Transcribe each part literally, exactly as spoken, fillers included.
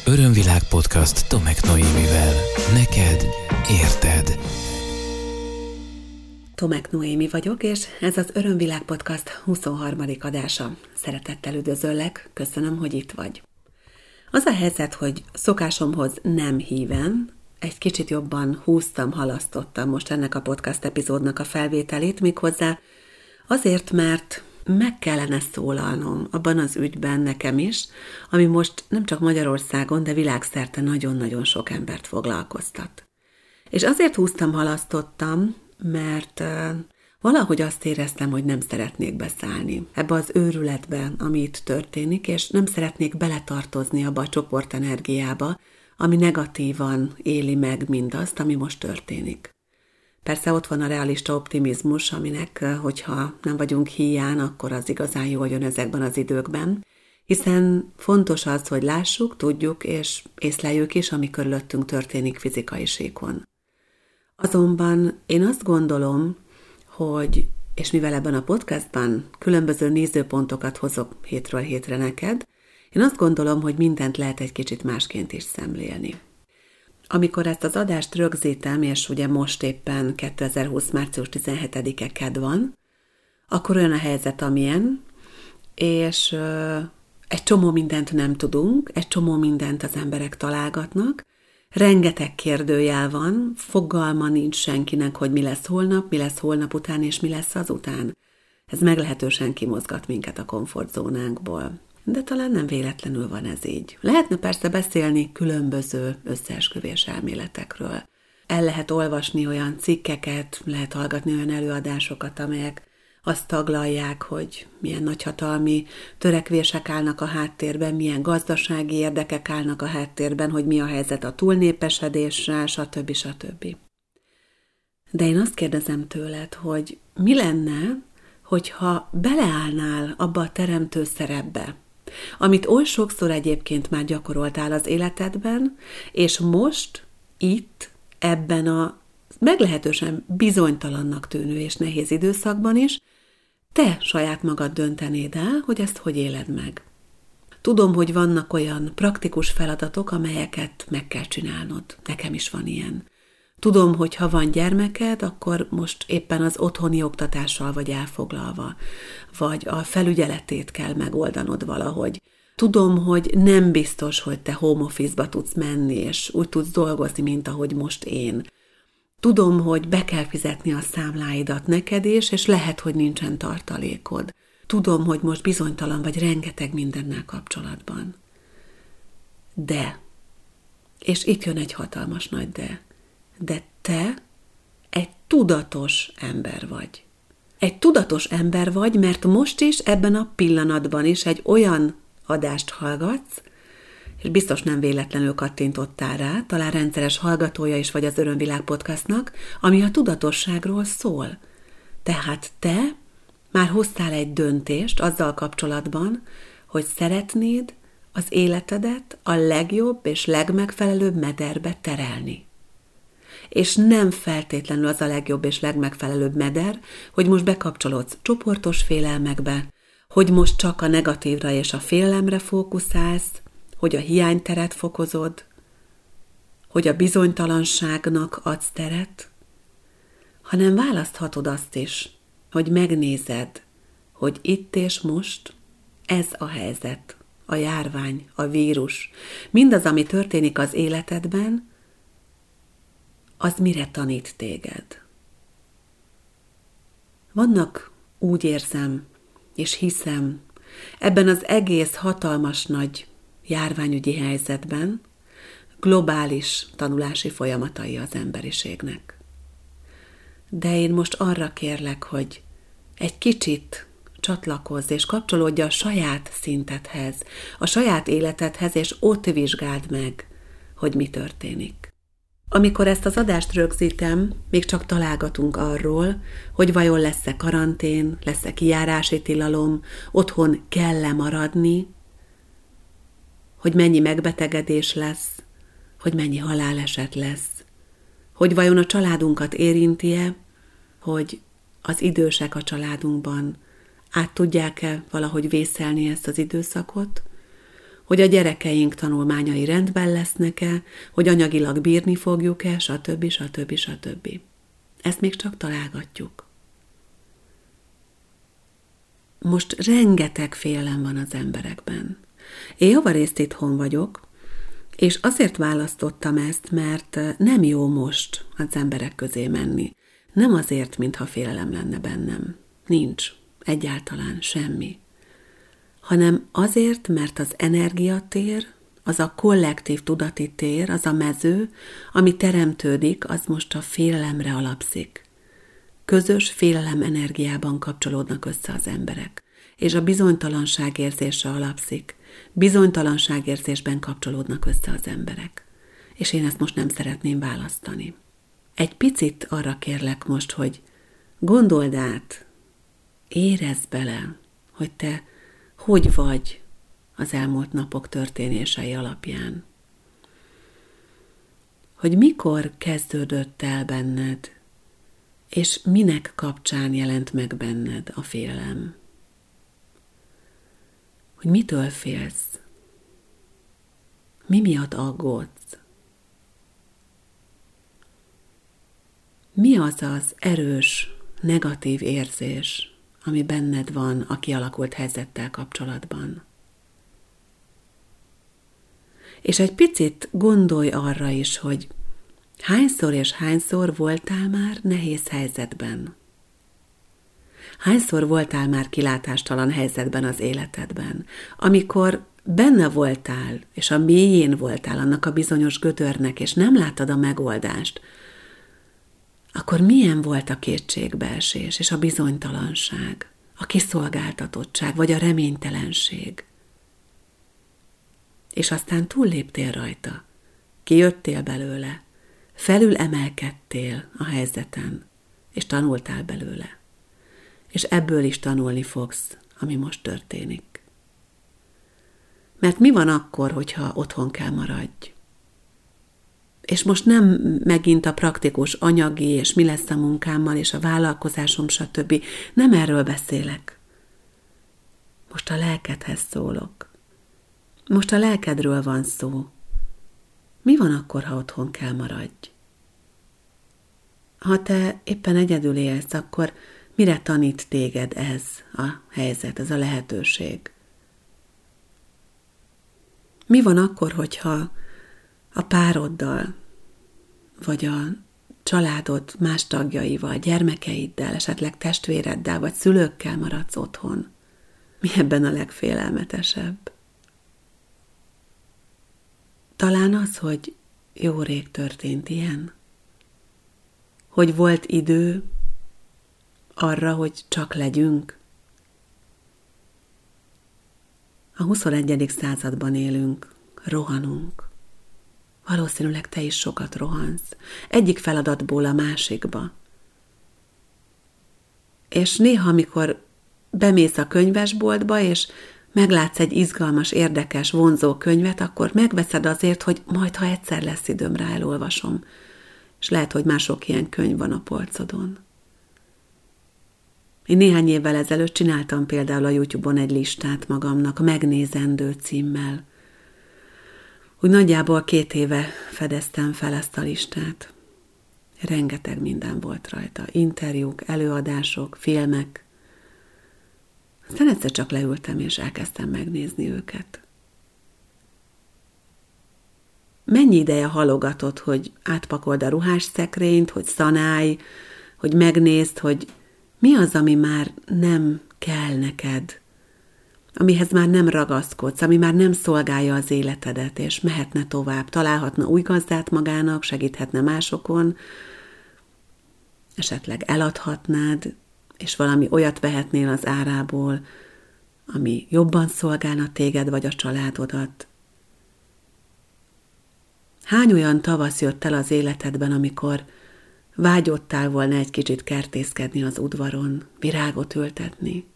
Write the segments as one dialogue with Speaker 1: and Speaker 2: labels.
Speaker 1: Örömvilág podcast Tomek Noémivel. Neked érted.
Speaker 2: Tomek Noémi vagyok, és ez az Örömvilág podcast huszonharmadik adása. Szeretettel üdvözöllek, köszönöm, hogy itt vagy. Az a helyzet, hogy szokásomhoz nem híven, egy kicsit jobban húztam, halasztottam most ennek a podcast epizódnak a felvételét, méghozzá azért, mert meg kellene szólalnom abban az ügyben nekem is, ami most nem csak Magyarországon, de világszerte nagyon-nagyon sok embert foglalkoztat. És azért húztam, halasztottam, mert uh, valahogy azt éreztem, hogy nem szeretnék beszállni ebbe az őrületbe, ami itt történik, és nem szeretnék beletartozni abba a csoportenergiába, ami negatívan éli meg mindazt, ami most történik. Persze ott van a realista optimizmus, aminek, hogyha nem vagyunk híján, akkor az igazán jól jön ezekben az időkben, hiszen fontos az, hogy lássuk, tudjuk és észleljük is, ami körülöttünk történik fizikai síkon. Azonban én azt gondolom, hogy, és mivel ebben a podcastban különböző nézőpontokat hozok hétről hétre neked, én azt gondolom, hogy mindent lehet egy kicsit másként is szemlélni. Amikor ezt az adást rögzítem, és ugye most éppen kétezer-húsz. március tizenhetedike kedd van, akkor olyan a helyzet, amilyen, és ö, egy csomó mindent nem tudunk, egy csomó mindent az emberek találgatnak, rengeteg kérdőjel van, fogalma nincs senkinek, hogy mi lesz holnap, mi lesz holnap után, és mi lesz azután. Ez meglehetősen kimozgat minket a komfortzónánkból. De talán nem véletlenül van ez így. Lehetne persze beszélni különböző összeesküvés elméletekről. El lehet olvasni olyan cikkeket, lehet hallgatni olyan előadásokat, amelyek azt taglalják, hogy milyen nagyhatalmi törekvések állnak a háttérben, milyen gazdasági érdekek állnak a háttérben, hogy mi a helyzet a túlnépesedéssel, stb. stb. De én azt kérdezem tőled, hogy mi lenne, hogyha beleállnál abba a teremtő szerepbe, amit oly sokszor egyébként már gyakoroltál az életedben, és most, itt, ebben a meglehetősen bizonytalannak tűnő és nehéz időszakban is, te saját magad döntenéd el, hogy ezt hogy éled meg. Tudom, hogy vannak olyan praktikus feladatok, amelyeket meg kell csinálnod. Nekem is van ilyen. Tudom, hogy ha van gyermeked, akkor most éppen az otthoni oktatással vagy elfoglalva, vagy a felügyeletét kell megoldanod valahogy. Tudom, hogy nem biztos, hogy te home office-ba tudsz menni, és úgy tudsz dolgozni, mint ahogy most én. Tudom, hogy be kell fizetni a számláidat neked is, és lehet, hogy nincsen tartalékod. Tudom, hogy most bizonytalan vagy rengeteg mindennel kapcsolatban. De, és itt jön egy hatalmas nagy de, de te egy tudatos ember vagy. Egy tudatos ember vagy, mert most is, ebben a pillanatban is egy olyan adást hallgatsz, és biztos nem véletlenül kattintottál rá, talán rendszeres hallgatója is vagy az Örömvilág podcastnak, ami a tudatosságról szól. Tehát te már hoztál egy döntést azzal kapcsolatban, hogy szeretnéd az életedet a legjobb és legmegfelelőbb mederbe terelni. És nem feltétlenül az a legjobb és legmegfelelőbb meder, hogy most bekapcsolódsz csoportos félelmekbe, hogy most csak a negatívra és a félelemre fókuszálsz, hogy a hiányteret fokozod, hogy a bizonytalanságnak adsz teret, hanem választhatod azt is, hogy megnézed, hogy itt és most ez a helyzet, a járvány, a vírus, mindaz, ami történik az életedben, az mire tanít téged. Vannak, úgy érzem, és hiszem, ebben az egész hatalmas nagy járványügyi helyzetben globális tanulási folyamatai az emberiségnek. De én most arra kérlek, hogy egy kicsit csatlakozz és kapcsolódj a saját szintedhez, a saját életedhez, és ott vizsgáld meg, hogy mi történik. Amikor ezt az adást rögzítem, még csak találgatunk arról, hogy vajon lesz-e karantén, lesz-e kijárási tilalom, otthon kell-e maradni, hogy mennyi megbetegedés lesz, hogy mennyi haláleset lesz, hogy vajon a családunkat érinti-e, hogy az idősek a családunkban át tudják-e valahogy vészelni ezt az időszakot, hogy a gyerekeink tanulmányai rendben lesznek-e, hogy anyagilag bírni fogjuk-e, stb. stb. stb. Ezt még csak találgatjuk. Most rengeteg félelem van az emberekben. Én javarészt itthon vagyok, és azért választottam ezt, mert nem jó most az emberek közé menni. Nem azért, mintha félelem lenne bennem. Nincs. Egyáltalán semmi. Hanem azért, mert az energiatér, az a kollektív tudati tér, az a mező, ami teremtődik, az most a félelemre alapszik. Közös félelem energiában kapcsolódnak össze az emberek, és a bizonytalanságérzésre alapszik. Bizonytalanságérzésben kapcsolódnak össze az emberek. És én ezt most nem szeretném választani. Egy picit arra kérlek most, hogy gondold át, érezd bele, hogy te hogy vagy az elmúlt napok történései alapján. Hogy mikor kezdődött el benned, és minek kapcsán jelent meg benned a félelem. Hogy mitől félsz, mi miatt aggódsz. Mi az az erős, negatív érzés, ami benned van a kialakult helyzettel kapcsolatban. És egy picit gondolj arra is, hogy hányszor és hányszor voltál már nehéz helyzetben? Hányszor voltál már kilátástalan helyzetben az életedben, amikor benne voltál, és a mélyén voltál annak a bizonyos gödörnek, és nem láttad a megoldást, akkor milyen volt a kétségbeesés és a bizonytalanság, a kiszolgáltatottság vagy a reménytelenség? És aztán túlléptél rajta, kijöttél belőle, felül emelkedtél a helyzeten, és tanultál belőle. És ebből is tanulni fogsz, ami most történik. Mert mi van akkor, hogyha otthon kell maradj? És most nem megint a praktikus anyagi, és mi lesz a munkámmal, és a vállalkozásom, stb. Nem erről beszélek. Most a lelkedhez szólok. Most a lelkedről van szó. Mi van akkor, ha otthon kell maradj? Ha te éppen egyedül élsz, akkor mire tanít téged ez a helyzet, ez a lehetőség? Mi van akkor, hogyha a pároddal, vagy a családod más tagjaival, gyermekeiddel, esetleg testvéreddel, vagy szülőkkel maradsz otthon? Mi ebben a legfélelmetesebb? Talán az, hogy jó rég történt ilyen. Hogy volt idő arra, hogy csak legyünk. A huszonegyedik században élünk, rohanunk. Valószínűleg te is sokat rohansz, egyik feladatból a másikba. És néha, amikor bemész a könyvesboltba, és meglátsz egy izgalmas, érdekes, vonzó könyvet, akkor megveszed azért, hogy majd, ha egyszer lesz időm rá, elolvasom. És lehet, hogy már sok ilyen könyv van a polcodon. Én néhány évvel ezelőtt csináltam például a YouTube-on egy listát magamnak, megnézendő címmel. Úgy nagyjából két éve fedeztem fel ezt a listát. Rengeteg minden volt rajta. Interjúk, előadások, filmek. Aztán egyszer csak leültem, és elkezdtem megnézni őket. Mennyi ideje halogatott, hogy átpakold a ruhásszekrényt, hogy szanálj, hogy megnézd, hogy mi az, ami már nem kell neked, amihez már nem ragaszkodsz, ami már nem szolgálja az életedet, és mehetne tovább, találhatna új gazdát magának, segíthetne másokon, esetleg eladhatnád, és valami olyat vehetnél az árából, ami jobban szolgálna téged vagy a családodat. Hány olyan tavasz jött el az életedben, amikor vágyodtál volna egy kicsit kertészkedni az udvaron, virágot ültetni?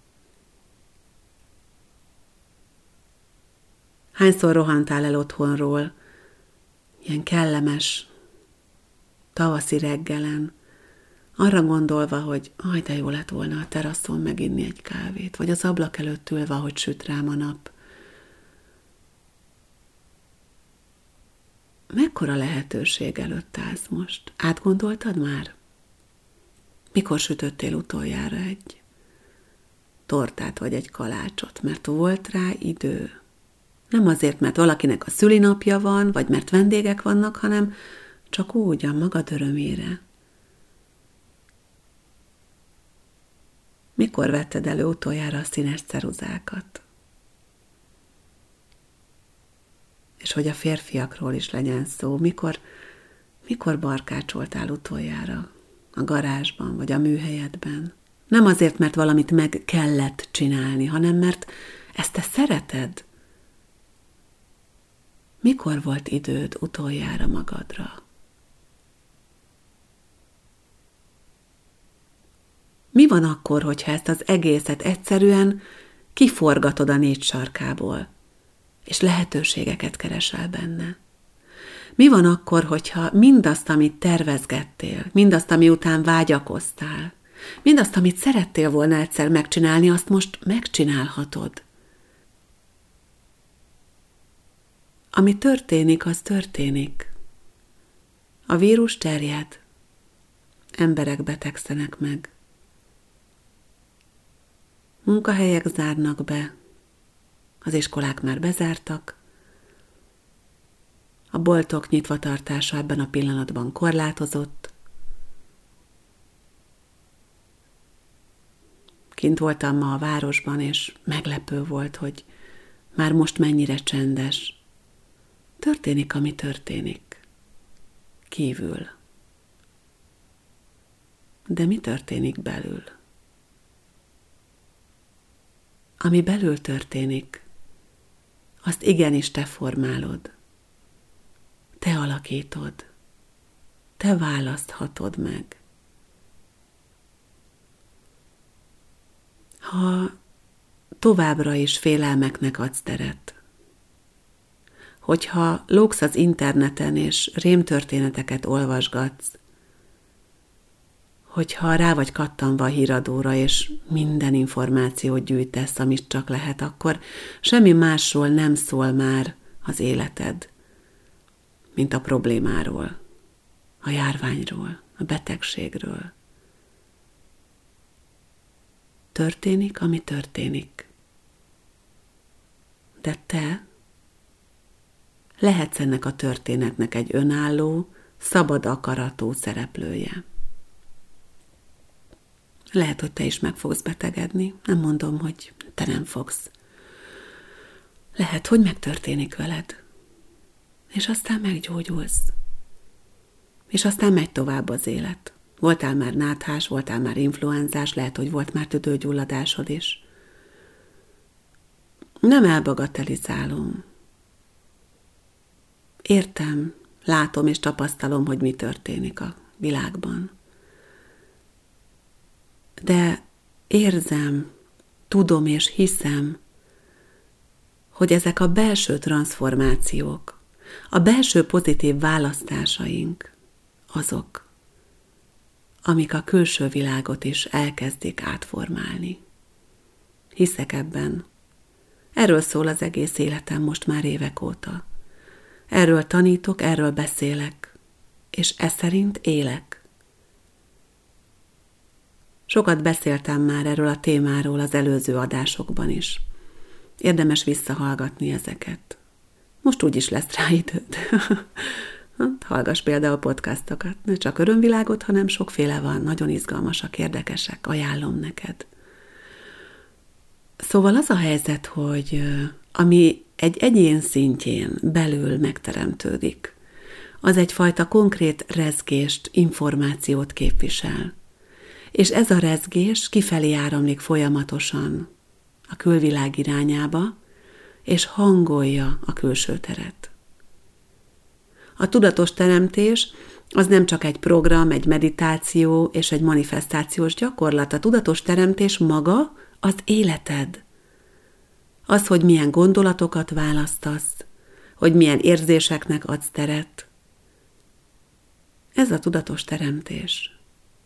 Speaker 2: Hányszor rohantál el otthonról, ilyen kellemes tavaszi reggelen, arra gondolva, hogy aj, de jó lett volna a teraszon meginni egy kávét, vagy az ablak előtt ülve, hogy süt rám a nap. mekkora lehetőség előtt állsz most? Átgondoltad már? Mikor sütöttél utoljára egy tortát vagy egy kalácsot? Mert volt rá idő. Nem azért, mert valakinek a szülinapja van, vagy mert vendégek vannak, hanem csak úgy a magad örömére. Mikor vetted elő utoljára a színes ceruzákat? És hogy a férfiakról is legyen szó, mikor, mikor barkácsoltál utoljára a garázsban vagy a műhelyedben? Nem azért, mert valamit meg kellett csinálni, hanem mert ezt te szereted. Mikor volt időd utoljára magadra? Mi van akkor, hogyha ezt az egészet egyszerűen kiforgatod a négy sarkából, és lehetőségeket keresel benne? Mi van akkor, hogyha mindazt, amit tervezgettél, mindazt, ami után vágyakoztál, mindazt, amit szerettél volna egyszer megcsinálni, azt most megcsinálhatod? Ami történik, az történik. A vírus terjed, emberek betegszenek meg. Munkahelyek zárnak be, az iskolák már bezártak, a boltok nyitvatartása ebben a pillanatban korlátozott. Kint voltam ma a városban, és meglepő volt, hogy már most mennyire csendes. Történik, ami történik. Kívül. De mi történik belül? Ami belül történik, azt igenis te formálod. Te alakítod. Te választhatod meg. Ha továbbra is félelmeknek adsz teret, hogyha lógsz az interneten és rémtörténeteket olvasgatsz, hogyha rá vagy kattanva a híradóra, és minden információt gyűjtesz, amit csak lehet, akkor semmi másról nem szól már az életed, mint a problémáról, a járványról, a betegségről. Történik, ami történik. De te lehetsz ennek a történetnek egy önálló, szabad akaratú szereplője. Lehet, hogy te is meg fogsz betegedni, nem mondom, hogy te nem fogsz. Lehet, hogy megtörténik veled, és aztán meggyógyulsz. És aztán megy tovább az élet. Voltál már náthás, voltál már influenzás, lehet, hogy volt már tüdőgyulladásod is. Nem elbagatelizálom. Értem, látom és tapasztalom, hogy mi történik a világban. De érzem, tudom és hiszem, hogy ezek a belső transformációk, a belső pozitív választásaink azok, amik a külső világot is elkezdik átformálni. Hiszek ebben. Erről szól az egész életem most már évek óta. Erről tanítok, erről beszélek, és ez szerint élek. Sokat beszéltem már erről a témáról az előző adásokban is. Érdemes visszahallgatni ezeket. Most úgyis lesz rá időd. Hallgass például podcastokat. Ne csak örömvilágot, hanem sokféle van, nagyon izgalmasak, érdekesek, ajánlom neked. Szóval az a helyzet, hogy ami egy egyén szintjén belül megteremtődik, az egyfajta konkrét rezgést, információt képvisel. És ez a rezgés kifelé áramlik folyamatosan a külvilág irányába, és hangolja a külső teret. A tudatos teremtés az nem csak egy program, egy meditáció és egy manifestációs gyakorlat. A tudatos teremtés maga az életed. Az, hogy milyen gondolatokat választasz, hogy milyen érzéseknek adsz teret. Ez a tudatos teremtés.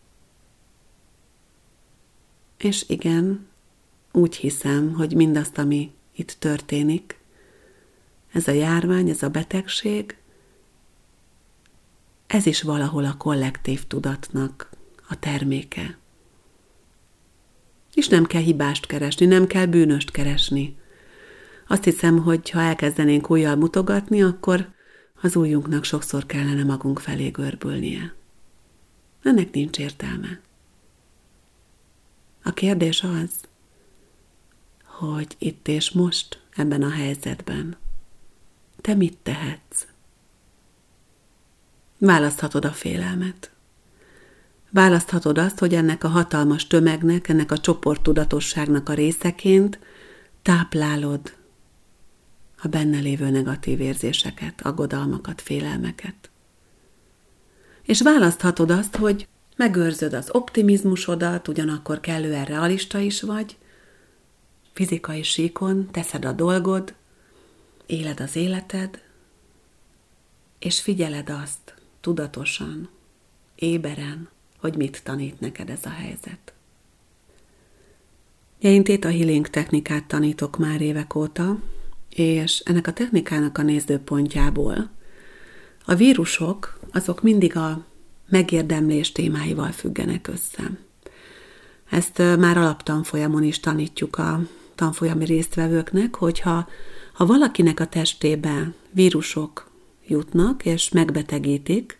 Speaker 2: És igen, úgy hiszem, hogy mindazt, ami itt történik, ez a járvány, ez a betegség, ez is valahol a kollektív tudatnak a terméke. És nem kell hibást keresni, nem kell bűnöst keresni. Azt hiszem, hogy ha elkezdenénk ujjal mutogatni, akkor az ujjunknak sokszor kellene magunk felé görbülnie. Ennek nincs értelme. A kérdés az, hogy itt és most, ebben a helyzetben, te mit tehetsz? Választhatod a félelmet. Választhatod azt, hogy ennek a hatalmas tömegnek, ennek a csoporttudatosságnak a részeként táplálod a benne lévő negatív érzéseket, aggodalmakat, félelmeket. És választhatod azt, hogy megőrzöd az optimizmusodat, ugyanakkor kellően realista is vagy, fizikai síkon teszed a dolgod, éled az életed, és figyeled azt tudatosan, éberen, hogy mit tanít neked ez a helyzet. Én Theta Healing technikát tanítok már évek óta, és ennek a technikának a nézőpontjából a vírusok azok mindig a megérdemlés témáival függenek össze. Ezt már alaptanfolyamon is tanítjuk a tanfolyami résztvevőknek, hogyha ha valakinek a testébe vírusok jutnak és megbetegítik,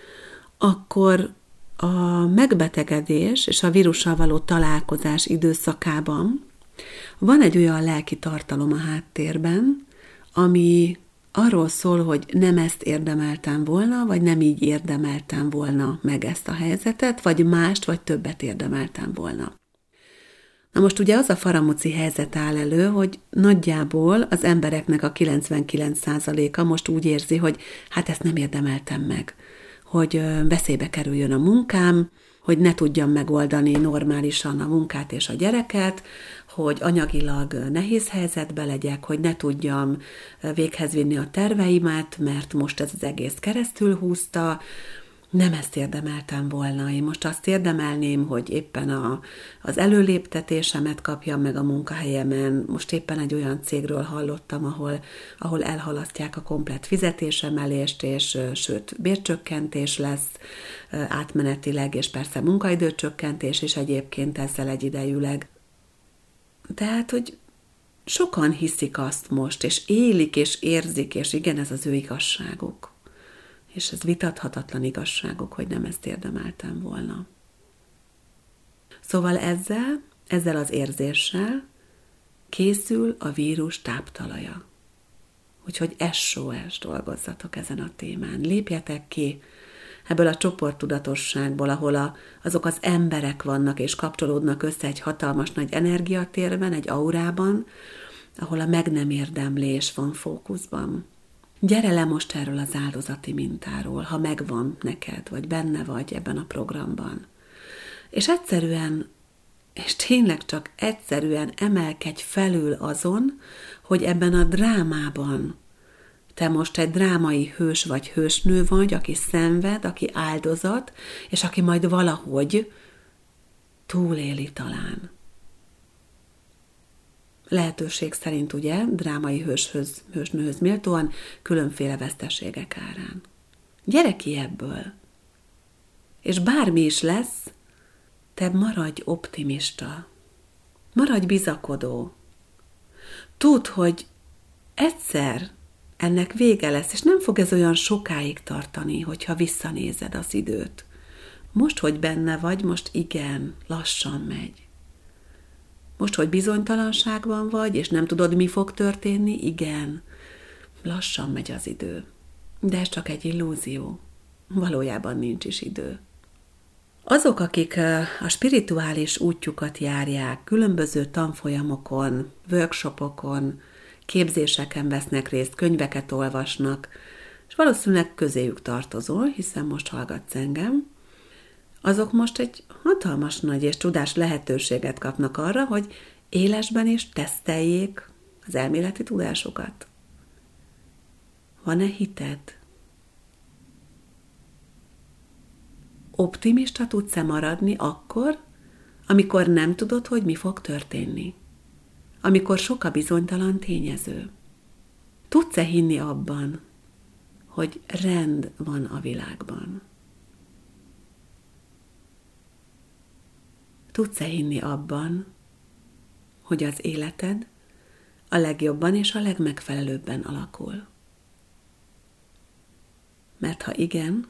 Speaker 2: akkor a megbetegedés és a vírussal való találkozás időszakában van egy olyan lelki tartalom a háttérben, ami arról szól, hogy nem ezt érdemeltem volna, vagy nem így érdemeltem volna meg ezt a helyzetet, vagy mást, vagy többet érdemeltem volna. Na most ugye az a faramúci helyzet áll elő, hogy nagyjából az embereknek a kilencvenkilenc százaléka most úgy érzi, hogy hát ezt nem érdemeltem meg, hogy veszélybe kerüljön a munkám, hogy ne tudjam megoldani normálisan a munkát és a gyereket, hogy anyagilag nehéz helyzetbe legyek, hogy ne tudjam véghez vinni a terveimet, mert most ez az egész keresztül húzta, nem ezt érdemeltem volna. Én most azt érdemelném, hogy éppen a, az előléptetésemet kapjam meg a munkahelyemen. Most éppen egy olyan cégről hallottam, ahol, ahol elhalasztják a komplett fizetésemelést, és sőt, bércsökkentés lesz átmenetileg, és persze munkaidőcsökkentés is egyébként ezzel egyidejűleg. Tehát, hogy sokan hiszik azt most, és élik, és érzik, és igen, ez az ő igazságuk. És ez vitathatatlan igazságok, hogy nem ezt érdemeltem volna. Szóval ezzel, ezzel az érzéssel készül a vírus táptalaja. Úgyhogy es o es dolgozzatok ezen a témán. Lépjetek ki ebből a csoporttudatosságból, ahol a, azok az emberek vannak, és kapcsolódnak össze egy hatalmas nagy energiatérben, egy aurában, ahol a meg nem érdemlés van fókuszban. Gyere le most erről az áldozati mintáról, ha megvan neked, vagy benne vagy ebben a programban. És egyszerűen, és tényleg csak egyszerűen emelkedj felül azon, hogy ebben a drámában te most egy drámai hős vagy hősnő vagy, aki szenved, aki áldozat, és aki majd valahogy túléli talán. Lehetőség szerint ugye, drámai hőshöz, hősnőhöz méltóan, különféle veszteségek árán. Gyere ki ebből! És bármi is lesz, te maradj optimista. Maradj bizakodó. Tudd, hogy egyszer ennek vége lesz, és nem fog ez olyan sokáig tartani, hogyha visszanézed az időt. Most, hogy benne vagy, most igen, lassan megy. Most, hogy bizonytalanságban vagy, és nem tudod, mi fog történni, igen, lassan megy az idő. De ez csak egy illúzió. Valójában nincs is idő. Azok, akik a spirituális útjukat járják, különböző tanfolyamokon, workshopokon, képzéseken vesznek részt, könyveket olvasnak, és valószínűleg közéjük tartozol, hiszen most hallgatsz engem, azok most egy hatalmas nagy és csodás lehetőséget kapnak arra, hogy élesben is teszteljék az elméleti tudásokat. Van-e hited? Optimista tudsz-e maradni akkor, amikor nem tudod, hogy mi fog történni? Amikor sok a bizonytalan tényező? Tudsz-e hinni abban, hogy rend van a világban. Tudsz-e hinni abban, hogy az életed a legjobban és a legmegfelelőbben alakul? Mert ha igen,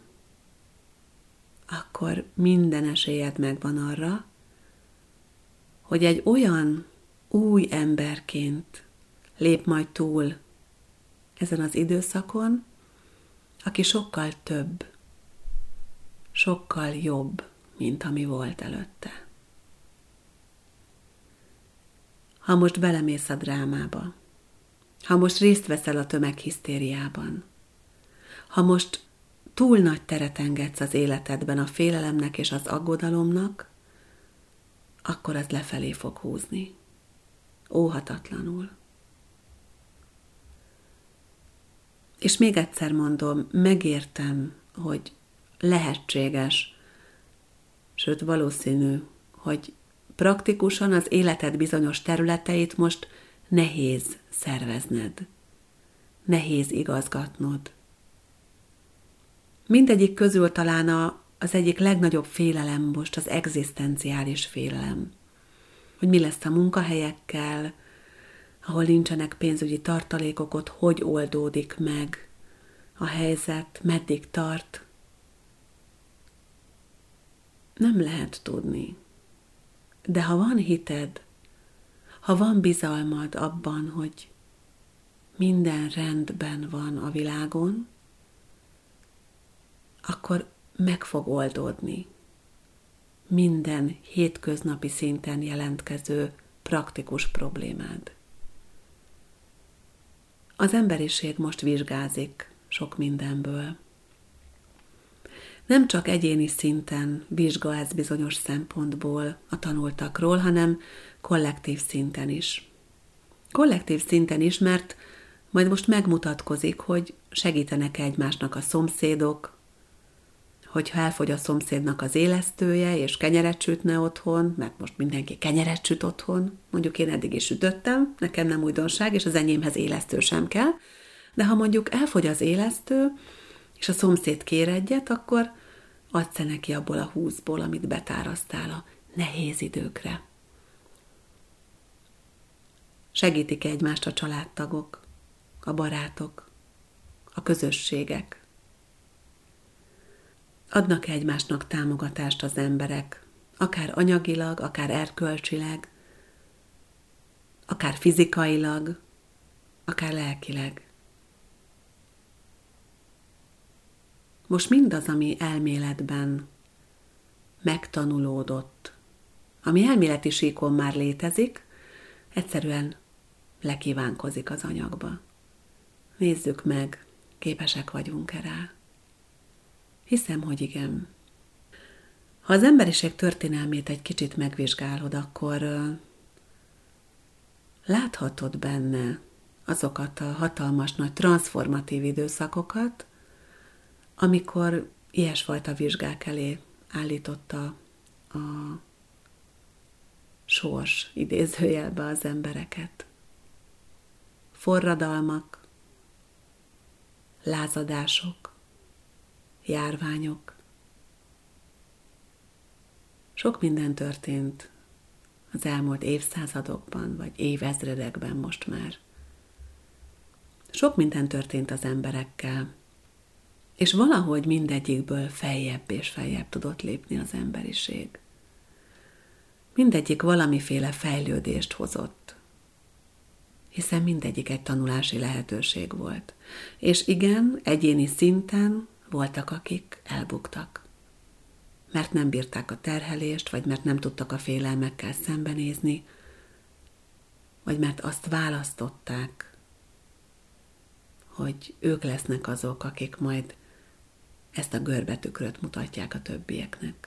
Speaker 2: akkor minden esélyed megvan arra, hogy egy olyan új emberként lép majd túl ezen az időszakon, aki sokkal több, sokkal jobb, mint ami volt előtte. Ha most belemész a drámába, ha most részt veszel a tömeghisztériában, ha most túl nagy teret engedsz az életedben a félelemnek és az aggodalomnak, akkor az lefelé fog húzni. Óhatatlanul. És még egyszer mondom, megértem, hogy lehetséges, sőt valószínű, hogy praktikusan az életed bizonyos területeit most nehéz szervezned. Nehéz igazgatnod. Mindegyik közül talán a, az egyik legnagyobb félelem most az egzisztenciális félelem. Hogy mi lesz a munkahelyekkel, ahol nincsenek pénzügyi tartalékok, ott hogy oldódik meg a helyzet, meddig tart. Nem lehet tudni. De ha van hited, ha van bizalmad abban, hogy minden rendben van a világon, akkor meg fog oldódni minden hétköznapi szinten jelentkező praktikus problémád. Az emberiség most vizsgázik sok mindenből. Nem csak egyéni szinten vizsgál bizonyos szempontból a tanultakról, hanem kollektív szinten is. Kollektív szinten is, mert majd most megmutatkozik, hogy segítenek egymásnak a szomszédok, hogyha elfogy a szomszédnak az élesztője, és kenyeret sütne otthon, mert most mindenki kenyeret süt otthon, mondjuk én eddig is sütöttem, nekem nem újdonság, és az enyémhez élesztő sem kell, de ha mondjuk elfogy az élesztő, és a szomszéd kér egyet, akkor adsz neki abból a húszból, amit betárasztál a nehéz időkre. Segítik egymást a családtagok, a barátok, a közösségek. Adnak egymásnak támogatást az emberek, akár anyagilag, akár erkölcsileg, akár fizikailag, akár lelkileg. Most mindaz, ami elméletben megtanulódott, ami elméleti síkon már létezik, egyszerűen lekívánkozik az anyagba. Nézzük meg, képesek vagyunk-e rá. Hiszem, hogy igen. Ha az emberiség történelmét egy kicsit megvizsgálod, akkor uh, láthatod benne azokat a hatalmas nagy transformatív időszakokat, amikor ilyesfajta vizsgák elé állította a sors idézőjelbe az embereket. Forradalmak, lázadások, járványok. Sok minden történt az elmúlt évszázadokban, vagy évezredekben most már. Sok minden történt az emberekkel, és valahogy mindegyikből feljebb és feljebb tudott lépni az emberiség. Mindegyik valamiféle fejlődést hozott, hiszen mindegyik egy tanulási lehetőség volt. És igen, egyéni szinten voltak, akik elbuktak, mert nem bírták a terhelést, vagy mert nem tudtak a félelmekkel szembenézni, vagy mert azt választották, hogy ők lesznek azok, akik majd ezt a görbetükröt mutatják a többieknek.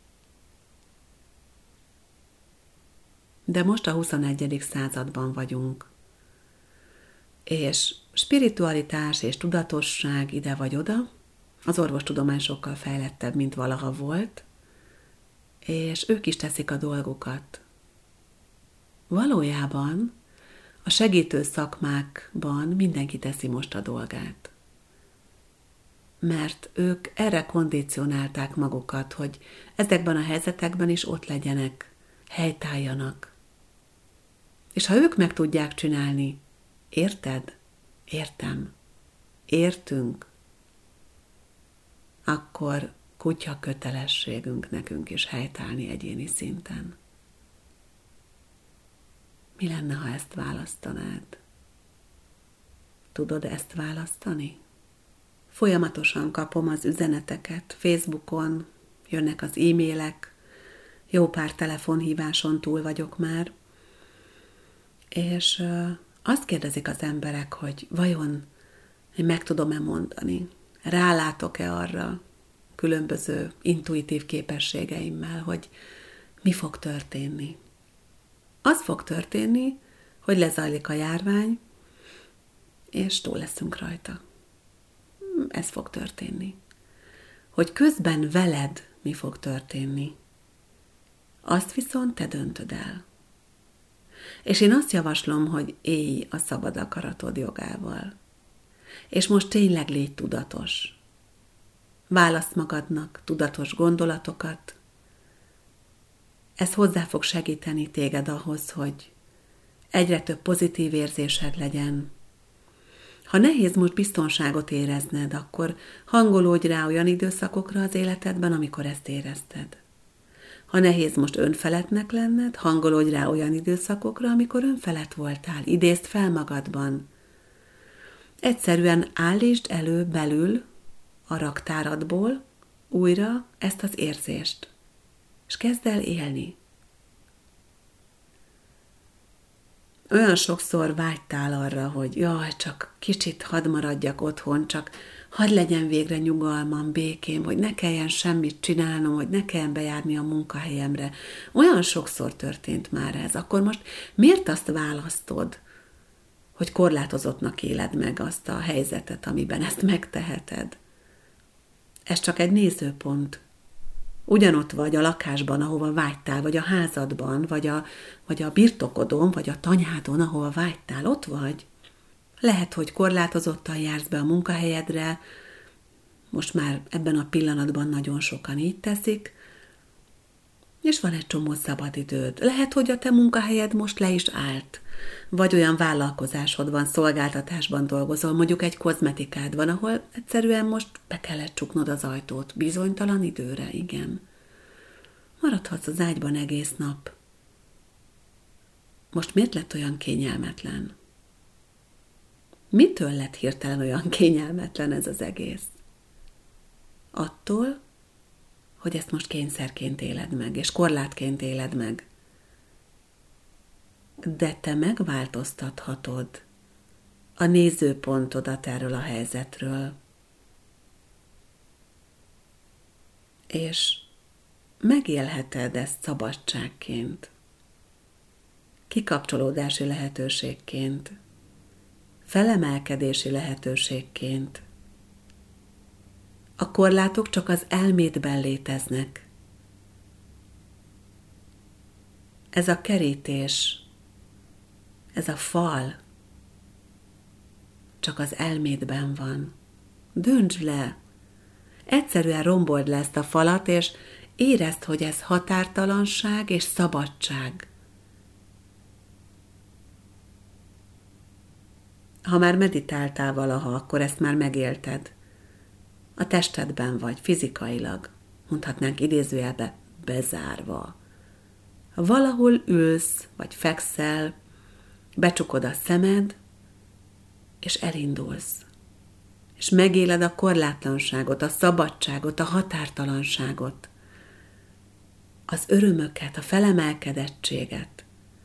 Speaker 2: De most a huszonegyedik században vagyunk, és spiritualitás és tudatosság ide vagy oda, az orvostudomány sokkal fejlettebb, mint valaha volt, és ők is teszik a dolgukat. Valójában a segítő szakmákban mindenki teszi most a dolgát. mert ők erre kondicionálták magukat, hogy ezekben a helyzetekben is ott legyenek, helytálljanak. És ha ők meg tudják csinálni, érted? Értem. Értünk. Akkor kutya kötelességünk nekünk is helytállni egyéni szinten. Mi lenne, ha ezt választanád? Tudod ezt választani? Folyamatosan kapom az üzeneteket Facebookon, jönnek az e-mailek, jó pár telefonhíváson túl vagyok már, és azt kérdezik az emberek, hogy vajon én meg tudom-e mondani, rálátok-e arra különböző intuitív képességeimmel, hogy mi fog történni. Az fog történni, hogy lezajlik a járvány, és túl leszünk rajta. Ez fog történni. Hogy közben veled mi fog történni, azt viszont te döntöd el. És én azt javaslom, hogy élj a szabad akaratod jogával. És most tényleg légy tudatos. Válasz magadnak tudatos gondolatokat. Ez hozzá fog segíteni téged ahhoz, hogy egyre több pozitív érzésed legyen. Ha nehéz most biztonságot érezned, akkor hangolódj rá olyan időszakokra az életedben, amikor ezt érezted. Ha nehéz most önfeledtnek lenned, hangolódj rá olyan időszakokra, amikor önfelett voltál. Idézd fel magadban. Egyszerűen állítsd elő belül a raktáradból újra ezt az érzést, és kezd el élni. Olyan sokszor vágytál arra, hogy jaj, csak kicsit hadd maradjak otthon, csak hadd legyen végre nyugalmam, békém, hogy ne kelljen semmit csinálnom, hogy ne kelljen bejárni a munkahelyemre. Olyan sokszor történt már ez. Akkor most miért azt választod, hogy korlátozottnak éled meg azt a helyzetet, amiben ezt megteheted? Ez csak egy nézőpont. Ugyanott vagy a lakásban, ahova vágytál, vagy a házadban, vagy a, vagy a birtokodon, vagy a tanyádon, ahova vágytál, ott vagy. Lehet, hogy korlátozottan jársz be a munkahelyedre, most már ebben a pillanatban nagyon sokan így teszik, és van egy csomó szabadidőd. Lehet, hogy a te munkahelyed most le is állt, vagy olyan vállalkozásod van, szolgáltatásban dolgozol, mondjuk egy kozmetikád van, ahol egyszerűen most be kellett csuknod az ajtót, bizonytalan időre, igen. Maradhatsz az ágyban egész nap. Most miért lett olyan kényelmetlen? Mitől lett hirtelen olyan kényelmetlen ez az egész? Attól, hogy ezt most kényszerként éled meg, és korlátként éled meg. De te megváltoztathatod a nézőpontodat erről a helyzetről. És megélheted ezt szabadságként, kikapcsolódási lehetőségként, felemelkedési lehetőségként. A korlátok csak az elmédben léteznek. Ez a kerítés, ez a fal csak az elmédben van. Döntsd le! Egyszerűen rombold le ezt a falat, és érezd, hogy ez határtalanság és szabadság. Ha már meditáltál valaha, akkor ezt már megélted. A testedben vagy, fizikailag, mondhatnánk idézőjelbe, bezárva. Valahol ülsz, vagy fekszel, becsukod a szemed, és elindulsz. És megéled a korlátlanságot, a szabadságot, a határtalanságot, az örömöket, a felemelkedettséget.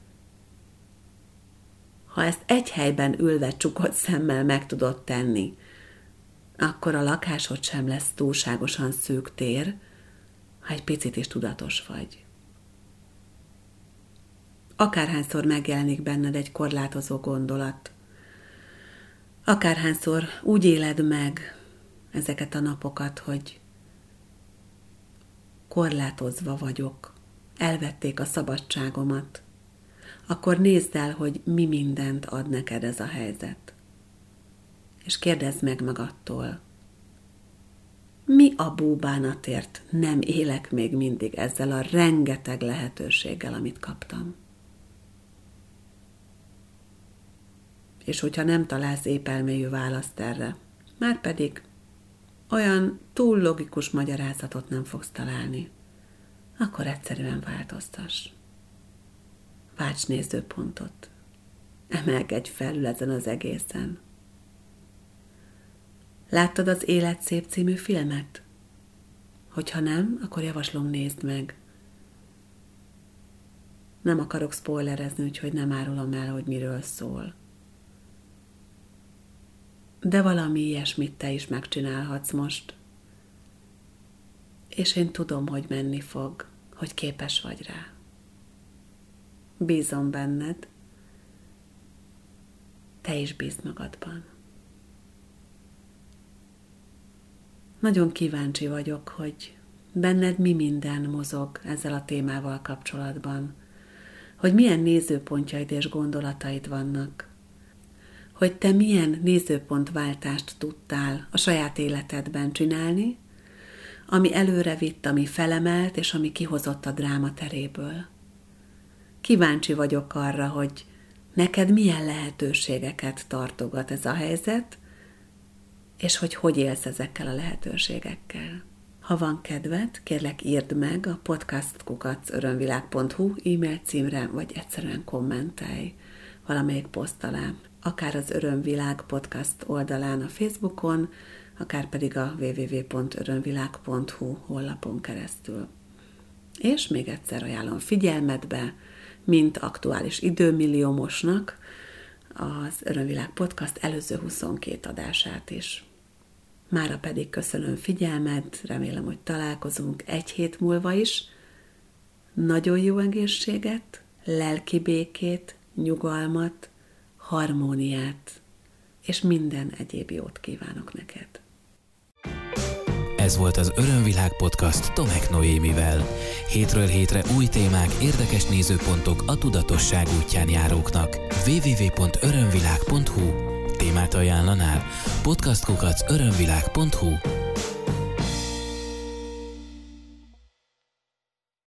Speaker 2: Ha ezt egy helyben ülve csukott szemmel meg tudod tenni, akkor a lakásod sem lesz túlságosan szűk tér, ha egy picit is tudatos vagy. Akárhányszor megjelenik benned egy korlátozó gondolat, akárhányszor úgy éled meg ezeket a napokat, hogy korlátozva vagyok, elvették a szabadságomat, akkor nézd el, hogy mi mindent ad neked ez a helyzet. És kérdezd meg magadtól, mi a búbánatért nem élek még mindig ezzel a rengeteg lehetőséggel, amit kaptam. És hogyha nem találsz épelmélyű választ erre, márpedig olyan túl logikus magyarázatot nem fogsz találni, akkor egyszerűen változtass. Válts nézőpontot. Emelkedj felül ezen az egészen. Láttad az Élet szép című filmet? Hogyha nem, akkor javaslom, nézd meg. Nem akarok spoilerezni, úgyhogy nem árulom el, hogy miről szól. De valami ilyesmit te is megcsinálhatsz most. És én tudom, hogy menni fog, hogy képes vagy rá. Bízom benned. Te is bízd magadban. Nagyon kíváncsi vagyok, hogy benned mi minden mozog ezzel a témával kapcsolatban, hogy milyen nézőpontjaid és gondolataid vannak, hogy te milyen nézőpontváltást tudtál a saját életedben csinálni, ami előre vitt, ami felemelt, és ami kihozott a dráma teréből. Kíváncsi vagyok arra, hogy neked milyen lehetőségeket tartogat ez a helyzet, és hogy hogy élsz ezekkel a lehetőségekkel. Ha van kedved, kérlek írd meg a podcast kukac örömvilág pont hu e-mail címre, vagy egyszerűen kommentelj valamelyik poszt alá, akár az Örömvilág podcast oldalán a Facebookon, akár pedig a double-u double-u double-u pont örömvilág pont hu honlapon keresztül. És még egyszer ajánlom figyelmedbe, mint aktuális időmilliómosnak, az Örömvilág podcast előző huszonkét adását is. Mára pedig köszönöm figyelmet, remélem, hogy találkozunk egy hét múlva is. Nagyon jó egészséget, lelki békét, nyugalmat, harmóniát, és minden egyéb jót kívánok neked.
Speaker 1: Ez volt az Örömvilág podcast Tomek Noémivel. Hétről hétre új témák, érdekes nézőpontok a tudatosság útján járóknak. double-u double-u double-u pont örömvilág pont hu Témát ajánlanál? podcast kukac örömvilág pont hu